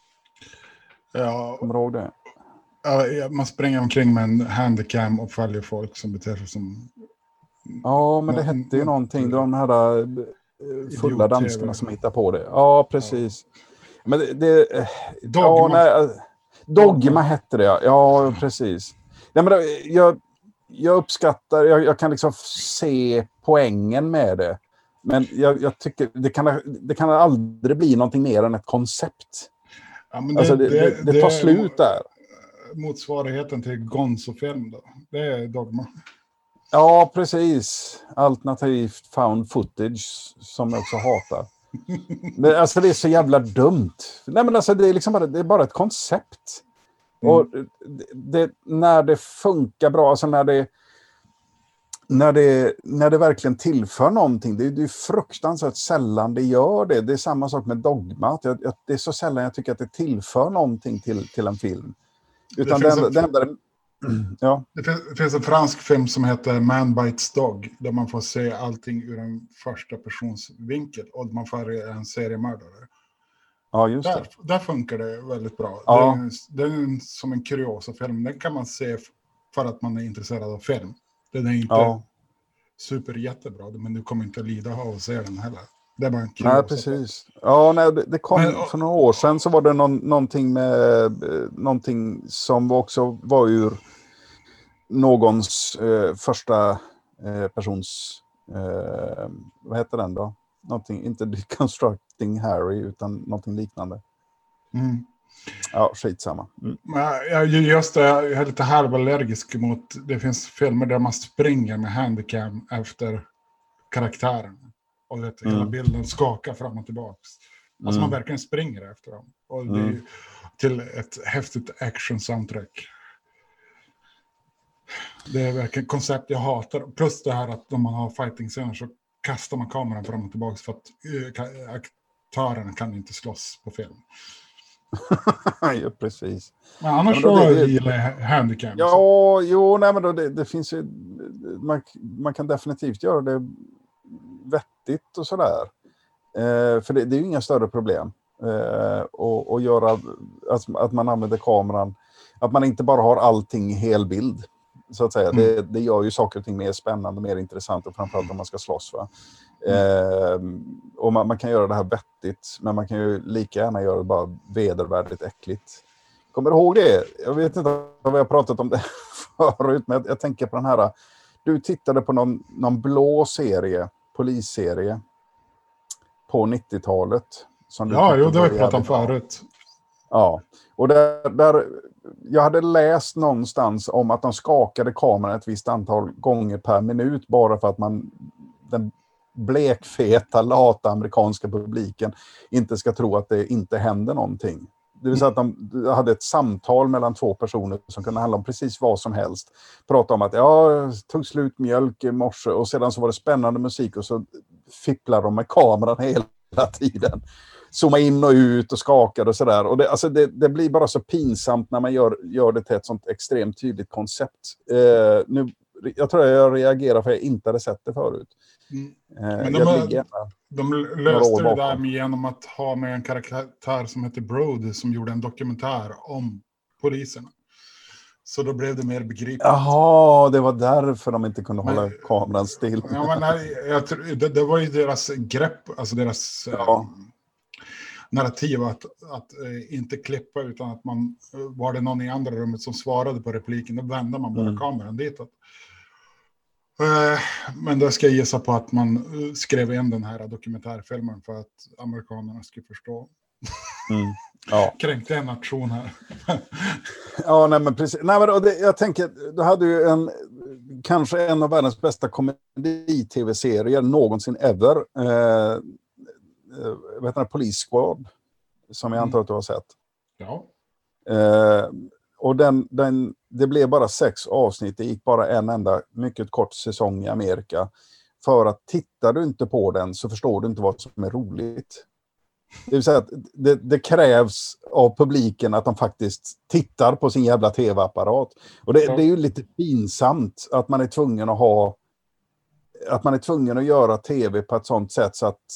Ja, Kommer du ihåg det? Ja, man springer omkring med en handicam och följer folk som beter sig som... Ja, men det hette ju någonting. De här fulla danskarna som hittar på det. Ja, precis. Ja. Men det... det Dogma. Ja, nej, Dogma hette det, ja. Ja, precis. Nej, men det, jag, jag uppskattar... Jag, jag kan liksom se poängen med det. Men jag, jag tycker det kan, det kan aldrig bli någonting mer än ett koncept. Ja, men det, alltså det, det, det, det tar slut där. Motsvarigheten till Gonzo-film då. Det är Dogma. Ja, precis. Alternativt found footage som jag också hatar. Men, alltså det är så jävla dumt. Nej, men alltså det är liksom bara, det är bara ett koncept. Mm. Och det, det, när det funkar bra, alltså när det när det, när det verkligen tillför någonting, det är ju fruktansvärt sällan det gör det. Det är samma sak med Dogma. Jag, jag, det är så sällan jag tycker att det tillför någonting till, till en film. Utan det, den, en, den, den, ja. det, finns, det finns en fransk film som heter Man Bites Dog, där man får se allting ur en första persons vinkel och man får en seriemördare. Ja, just där, det. Där funkar det väldigt bra. Ja. Det är, det är en, som en kuriosa film. Den kan man se för att man är intresserad av film. Den är inte ja. super jättebra, men du kommer inte lida av att se den heller. Det är bara en kuriosa. Nej, precis. Ja, nej, det, det kom men, för några år sedan så var det någon, någonting med någonting som också var ur någons eh, första eh, persons eh, vad heter den då? Någonting, inte Deconstructing Harry utan någonting liknande. Mm. Ja, skitsamma. Mm. Jag, just det, jag är lite halvallergisk mot, det finns filmer där man springer med handicam efter karaktären. Och det, mm. hela bilden skakar fram och tillbaka. Alltså mm. man verkligen springer efter dem. Och det är till ett häftigt action-soundtrack. Det är verkligen koncept jag hatar. Plus det här att om man har fighting-scener så kastar man kameran fram och tillbaka för att uh, aktörerna kan inte slåss på film. Ja, precis. Men annars men då, så gillar jag handicam. Ja, så. jo, nej men då, det, det finns ju man, man kan definitivt göra det vettigt och sådär. Eh, för det, det är ju inga större problem. Eh, och, och göra att, att man använder kameran, att man inte bara har allting i helbild. Så att säga. Mm. Det, det gör ju saker och ting mer spännande, mer intressant och framförallt om man ska slåss, va? Eh, och man, man kan göra det här vettigt, men man kan ju lika gärna göra det bara vedervärdigt äckligt. Kommer du ihåg det? Jag vet inte om vi har pratat om det förut, men jag, jag tänker på den här. Du tittade på någon, någon blå serie, polisserie på nittiotalet. Som ja, jo, det har vi pratat om förut. Ja, och där, där jag hade läst någonstans om att de skakade kameran ett visst antal gånger per minut bara för att man den blekfeta, lata amerikanska publiken inte ska tro att det inte händer någonting. Det vill säga att de hade ett samtal mellan två personer som kunde handla om precis vad som helst. Prata om att ja, tog slut mjölk i morse och sedan så var det spännande musik och så fipplar de med kameran hela tiden. Zooma in och ut och skakade och sådär. Och det, alltså det, det blir bara så pinsamt när man gör, gör det till ett sånt extremt tydligt koncept. Eh, nu, jag tror jag reagerar för jag inte hade sett det förut. Mm. Men de, har, de löste det där genom att ha med en karaktär som heter Brody som gjorde en dokumentär om polisen. Så då blev det mer begripligt. Jaha, det var därför de inte kunde men, hålla kameran still. Ja, men nej, jag tror, det, det var ju deras grepp, alltså deras ja. eh, narrativ att, att eh, inte klippa utan att man, var det någon i andra rummet som svarade på repliken, då vände man bara mm. kameran ditåt. Men då ska jag gissa på att man skrev in den här dokumentärfilmen för att amerikanerna skulle förstå. Mm. Ja. Kränkte en nation här. Ja, nej men precis. Nej, men det, jag tänker, du hade ju en, kanske en av världens bästa komedi-tv-serier någonsin ever. Eh, vad heter det? Police Squad. Som jag antar att du har sett. Ja. Eh, och den, den, det blev bara sex avsnitt. Det gick bara en enda mycket kort säsong i Amerika. För att tittar du inte på den så förstår du inte vad som är roligt. Det vill säga att det, det krävs av publiken att de faktiskt tittar på sin jävla tv-apparat. Och det, det är ju lite pinsamt att man är tvungen att ha att man är tvungen att göra tv på ett sånt sätt så att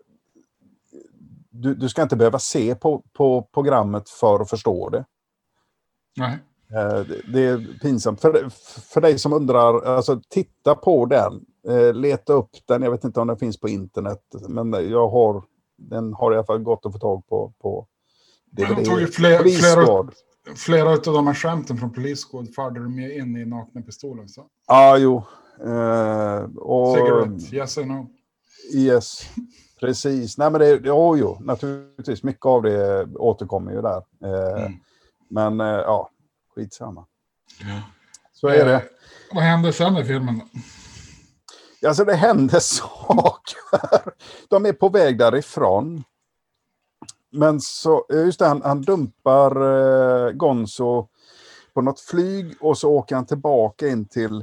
du, du ska inte behöva se på, på programmet för att förstå det. Nej. Det, det är pinsamt. För, för dig som undrar, alltså titta på den. Leta upp den, jag vet inte om den finns på internet. Men jag har, den har i alla fall gått att få tag på. på D V D. De tog ju fler, flera, flera av de här skämten från Police Squad förde de ju in i nakna pistolen. Ja, ah, jo. Uh, och, Cigarette, yes I know. Yes, precis. Nej men det, ja, jo, naturligtvis. Mycket av det återkommer ju där. Uh, mm. Men uh, ja, skitsamma. Ja. Så är uh, det. Vad hände sen i filmen då? Alltså det hände saker. De är på väg därifrån. Men så, just det, han, han dumpar uh, Gonzo på något flyg och så åker han tillbaka in till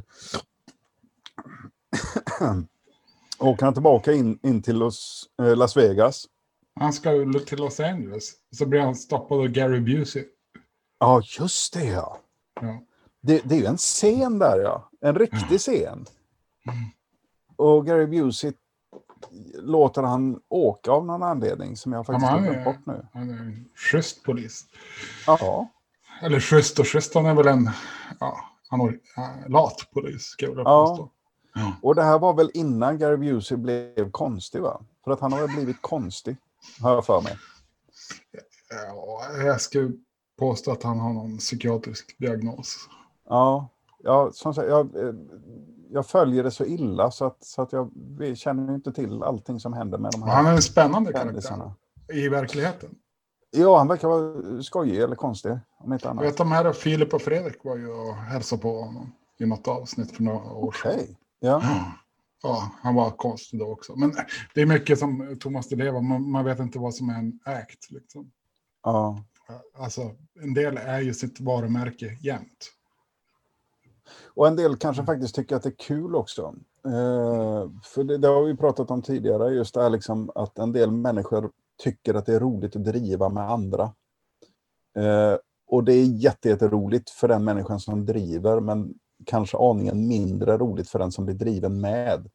åker han tillbaka in, in till Los, eh, Las Vegas. Han ska till Los Angeles. Så blir han stoppad av Gary Busey. Ja, just det ja. ja. Det, det är ju en scen där ja. En riktig ja. scen. Mm. Och Gary Busey låter han åka av någon anledning som jag faktiskt har glömt bort nu. Han är en schysst polis. Ja. Eller schysst och schysst, han är väl en ja, han är en lat polis ska jag ja. påstå. Ja. Och det här var väl innan Gary Busey blev konstig va? För att han har väl blivit konstig, har jag för mig. Ja, jag ska påstå att han har någon psykiatrisk diagnos. Ja, ja som sagt, jag, jag följer det så illa så att, så att jag känner inte till allting som händer med de här. Han är en spännande karaktär i verkligen. Ja, han verkar vara skojig eller konstig, om inte annat. Jag vet de här, Filip och Fredrik var ju och hälsade på honom i något avsnitt för några år sedan. Okej, ja. ja. Ja, han var konstig då också. Men det är mycket som Thomas Di Leva, man, man vet inte vad som är en act liksom. Ja. Alltså, en del är ju sitt varumärke jämt. Och en del kanske faktiskt tycker att det är kul också. Eh, för det, det har vi pratat om tidigare, just det här liksom att en del människor tycker att det är roligt att driva med andra. Eh, och det är jätte, jätteroligt för den människan som driver, men kanske aningen mindre roligt för den som blir driven med.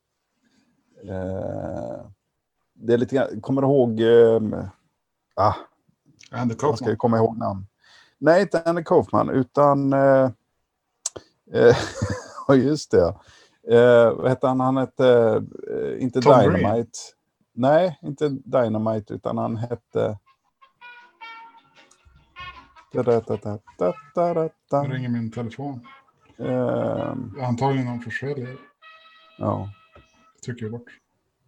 Eh, det är lite grann, kommer du ihåg eh, ah, Andy Kaufman. Ska jag komma ihåg namn? Nej, inte Andy Kaufman, utan eh, ja, just det. Eh, vad heter han? Han hette eh, inte Tom Dynamite. Green. Nej, inte Dynamite, utan han hette... Nu ringer min telefon. Uh, Antagligen någon försäljare. Ja. Jag tycker jag bort.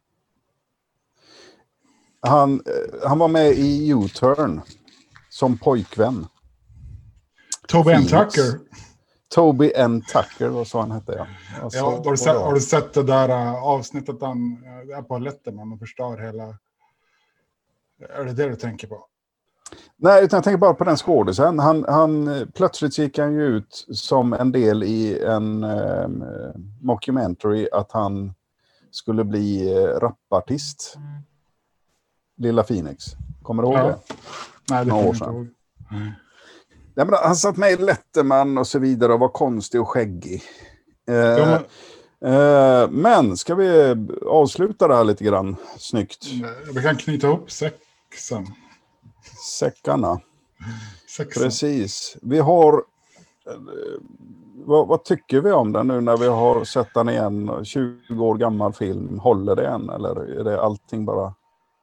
Han, han var med i U-Turn som pojkvän. Toby N. Tucker. Toby N. Tucker, vad så han hette, ja. Alltså, ja har, du sett, har du sett det där uh, avsnittet han uh, är på Letterman och förstör hela... Är det det du tänker på? Nej, utan jag tänker bara på den skådisen. Han, han, plötsligt gick han ju ut som en del i en eh, mockumentary att han skulle bli eh, rapartist. Lilla Phoenix. Kommer du ihåg ja. det? Nej, det Några år inte sedan. ihåg. Mm. Ja, men han satt med i Letterman och så vidare och var konstig och skäggig. Eh, ja, men... Eh, men ska vi avsluta det här lite grann snyggt? Vi kan knyta ihop sexen. Säckarna. Sexen. Precis. Vi har... Eh, vad, vad tycker vi om den nu när vi har sett den igen? tjugo år gammal film. Håller det än? Eller är det allting bara...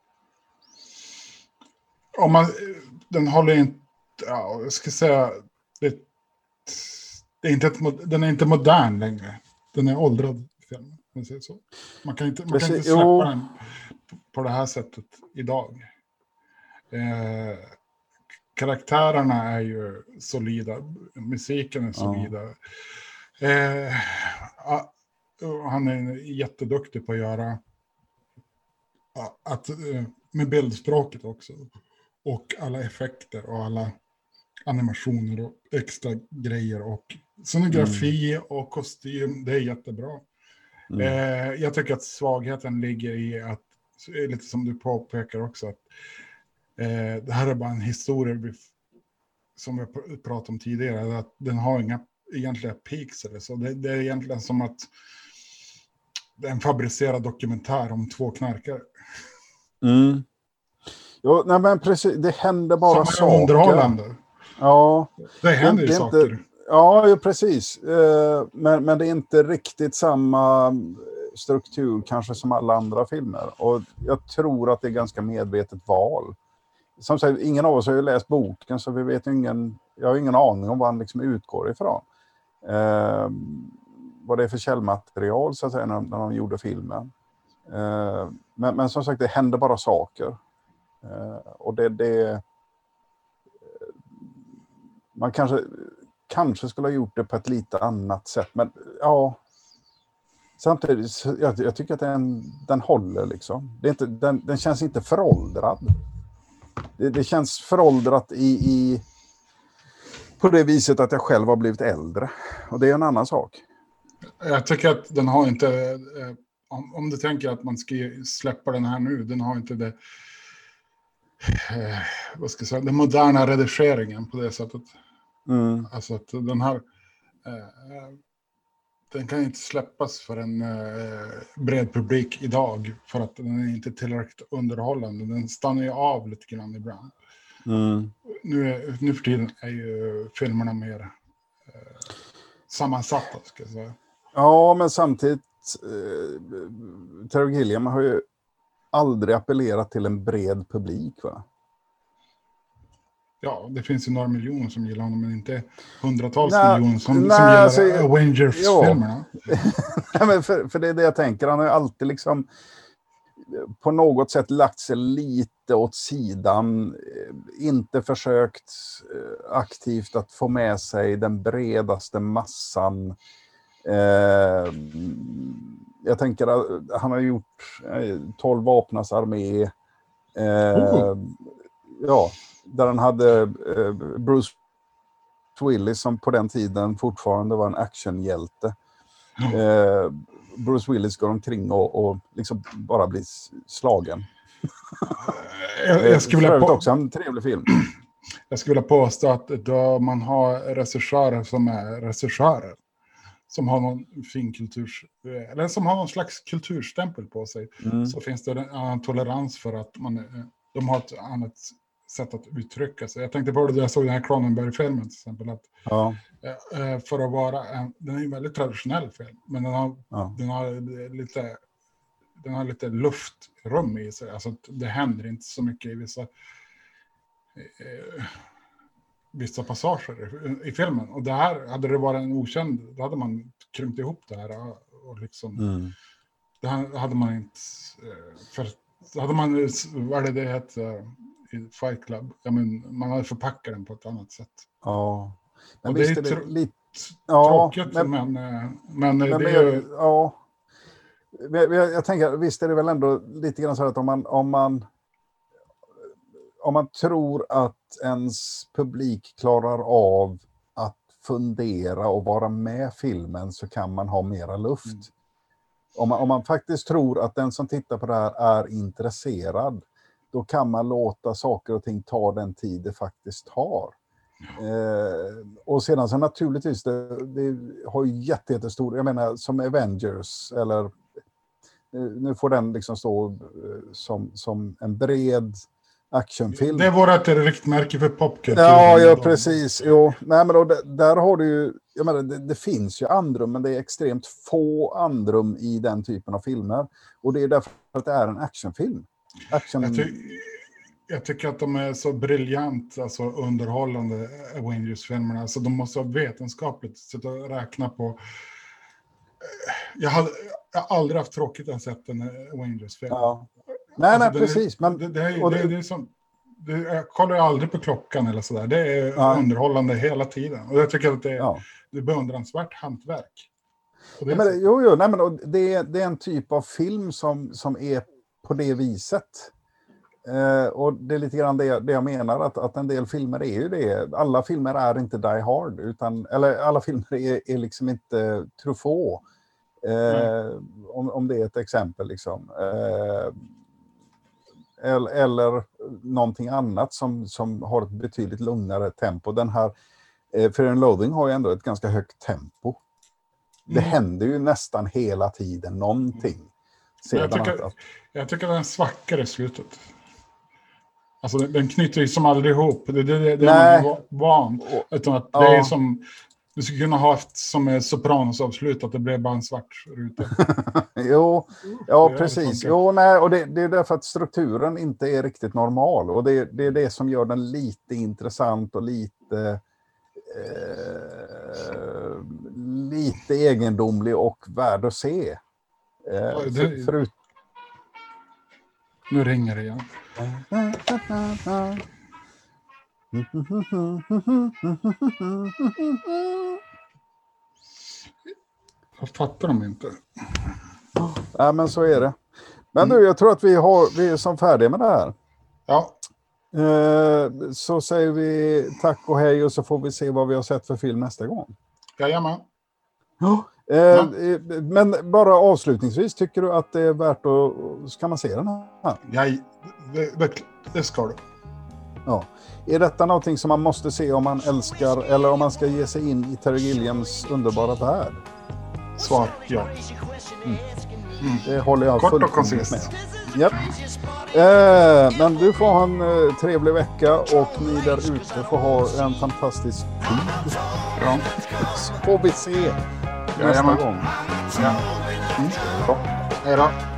Om man, den håller inte... Ja, jag ska säga... Det, det är inte ett, den är inte modern längre. Den är åldrad film. Man, säger så. man kan inte, man kan inte släppa jo. den på, på det här sättet idag. Eh, karaktärerna är ju solida, musiken är solida. Ja. Eh, han är jätteduktig på att göra att, med bildspråket också och alla effekter och alla animationer och extra grejer och scenografi mm. och kostym. Det är jättebra. Mm. Eh, jag tycker att svagheten ligger i att, lite som du påpekar också, att eh, det här är bara en historia vi, som vi pratade om tidigare, att den har inga egentliga peaks eller så. Det, det är egentligen som att det är en fabricerad dokumentär om två knarkare. Mm. Jo, nej men precis, det händer bara som saker. Som är underhållande. Ja. Det händer ju saker. Inte, ja, precis. Men, men det är inte riktigt samma struktur kanske som alla andra filmer. Och jag tror att det är ganska medvetet val. Som sagt, ingen av oss har ju läst boken, så vi vet ingen, jag har ingen aning om vad han liksom utgår ifrån. Eh, vad det är för källmaterial så att säga, när, när de gjorde filmen. Eh, men, men som sagt, det händer bara saker. Eh, och det, det man kanske kanske skulle ha gjort det på ett lite annat sätt, men ja, samtidigt jag, jag tycker att den, den håller liksom. Det är inte, den, den känns inte föråldrad. Det, det känns föråldrat i, i på det viset att jag själv har blivit äldre, och det är en annan sak. Jag tycker att den har inte eh, om, om du tänker att man ska släppa den här nu, den har inte det eh, vad ska jag säga, den moderna redigeringen på det sättet. Mm. Alltså att den här eh, den kan inte släppas för en eh, bred publik idag, för att den är inte tillräckligt underhållande. Den stannar ju av lite grann ibland. Mm. Nu, är, nu för tiden är ju filmerna mer eh, sammansatta, ska jag säga. Ja, men samtidigt eh, Terry Gilliam har ju aldrig appellerat till en bred publik, va? Ja, det finns ju några miljoner som gillar honom, men inte hundratals nej, miljoner som, nej, som gillar alltså, Avengers-filmerna. Nej, men för, för det är det jag tänker. Han har ju alltid liksom på något sätt lagt sig lite åt sidan. Inte försökt aktivt att få med sig den bredaste massan. Eh, jag tänker att han har gjort tolv vapnas armé. Eh, oh. Ja, där han hade eh, Bruce Willis som på den tiden fortfarande var en actionhjälte. Mm. Eh, Bruce Willis går omkring och, och liksom bara blir slagen. jag, jag skulle vilja på... också en trevlig film. Jag skulle vilja påstå att då man har regissörer som är regissörer, som har någon fin kultur, eller som har någon slags kulturstämpel på sig, mm. så finns det en annan tolerans för att man, de har ett annat sätt att uttrycka sig. Jag tänkte på det när jag såg den här Cronenberg-filmen till exempel, att ja. för att vara en, den är en väldigt traditionell film, men den har, ja. den har lite den har lite luftrum i sig, alltså det händer inte så mycket i vissa eh, vissa passager i, i filmen, och det här, hade det varit en okänd, då hade man krympt ihop det här och liksom mm. det här hade man inte för hade man, vad är det det heter i Fight Club, ja, men man hade förpackat den på ett annat sätt. Ja. Men och det är, är det tr- lite ja, tråkigt, men, men, men, men det är ju... Ja. Jag, jag tänker, visst är det väl ändå lite grann så att om man, om man om man tror att ens publik klarar av att fundera och vara med filmen, så kan man ha mera luft. Mm. Om man, om man faktiskt tror att den som tittar på det här är intresserad, då kan man låta saker och ting ta den tid det faktiskt tar. Eh, och sedan så naturligtvis, det, det har ju jätte, jättestor, jag menar som Avengers, eller nu får den liksom stå eh, som, som en bred actionfilm. Det är vårt riktmärke för popkultur. Ja, ja, precis. Jo. Nej, men då, där har du ju, jag menar, det, det finns ju andrum, men det är extremt få andrum i den typen av filmer. Och det är därför att det är en actionfilm. Action... Jag, ty- jag tycker att de är så briljant, alltså underhållande Avengers-filmerna. Alltså de måste ha vetenskapligt sitta och räkna på. Jag har, jag har aldrig haft tråkigt att sett en Avengers-film. Ja. Nej, alltså, nej, precis. Är, men, det, det, är, det, det är som, det, jag kollar aldrig på klockan eller sådär. Det är ja. underhållande hela tiden. Och jag tycker att det är, ja. det är beundransvärt hantverk. Det ja, men, jo, jo, nej, men det, det är en typ av film som, som är på det viset. Eh, och det är lite grann det, det jag menar, att, att en del filmer är ju det. Alla filmer är inte Die Hard, utan, eller alla filmer är, är liksom inte Truffaut. Eh, mm. om, om det är ett exempel liksom. Eh, eller, eller någonting annat som, som har ett betydligt lugnare tempo. Den här eh, Fear and Loathing har ju ändå ett ganska högt tempo. Det mm. händer ju nästan hela tiden någonting. Jag tycker, att... jag tycker den svackar i slutet. Alltså den knyter ju som aldrig ihop. Det är det, det, det är man van. Utan att ja. det är som... Du skulle kunna ha haft som är Sopranos avslut, att det blev bara en svart ruta. jo, ja precis. Jo, nej, och det, det är därför att strukturen inte är riktigt normal. Och det, det är det som gör den lite intressant och lite... Eh, lite egendomlig och värd att se. Eh, ja, det... förut... Nu ringer det igen. Jag fattar dem inte. Ja, men så är det. Men mm. du, jag tror att vi, har, vi är som färdiga med det här. Ja. Eh, så säger vi tack och hej, och så får vi se vad vi har sett för film nästa gång. Jajamän. Ja. Eh, ja. Men bara avslutningsvis, tycker du att det är värt att... Ska man se den här? Ja, det, det, det ska du. Ja. Är detta någonting som man måste se om man älskar, eller om man ska ge sig in i Terry Gilliams underbara värld? Svar, ja. Mm. Mm. Det håller jag kort och koncist med. Japp. Eh, men du får ha en eh, trevlig vecka, och ni där ute får ha en fantastisk tid. Ja. Så får vi se nästa Jajamän. gång. Ja. Mm. Bra. Hej då.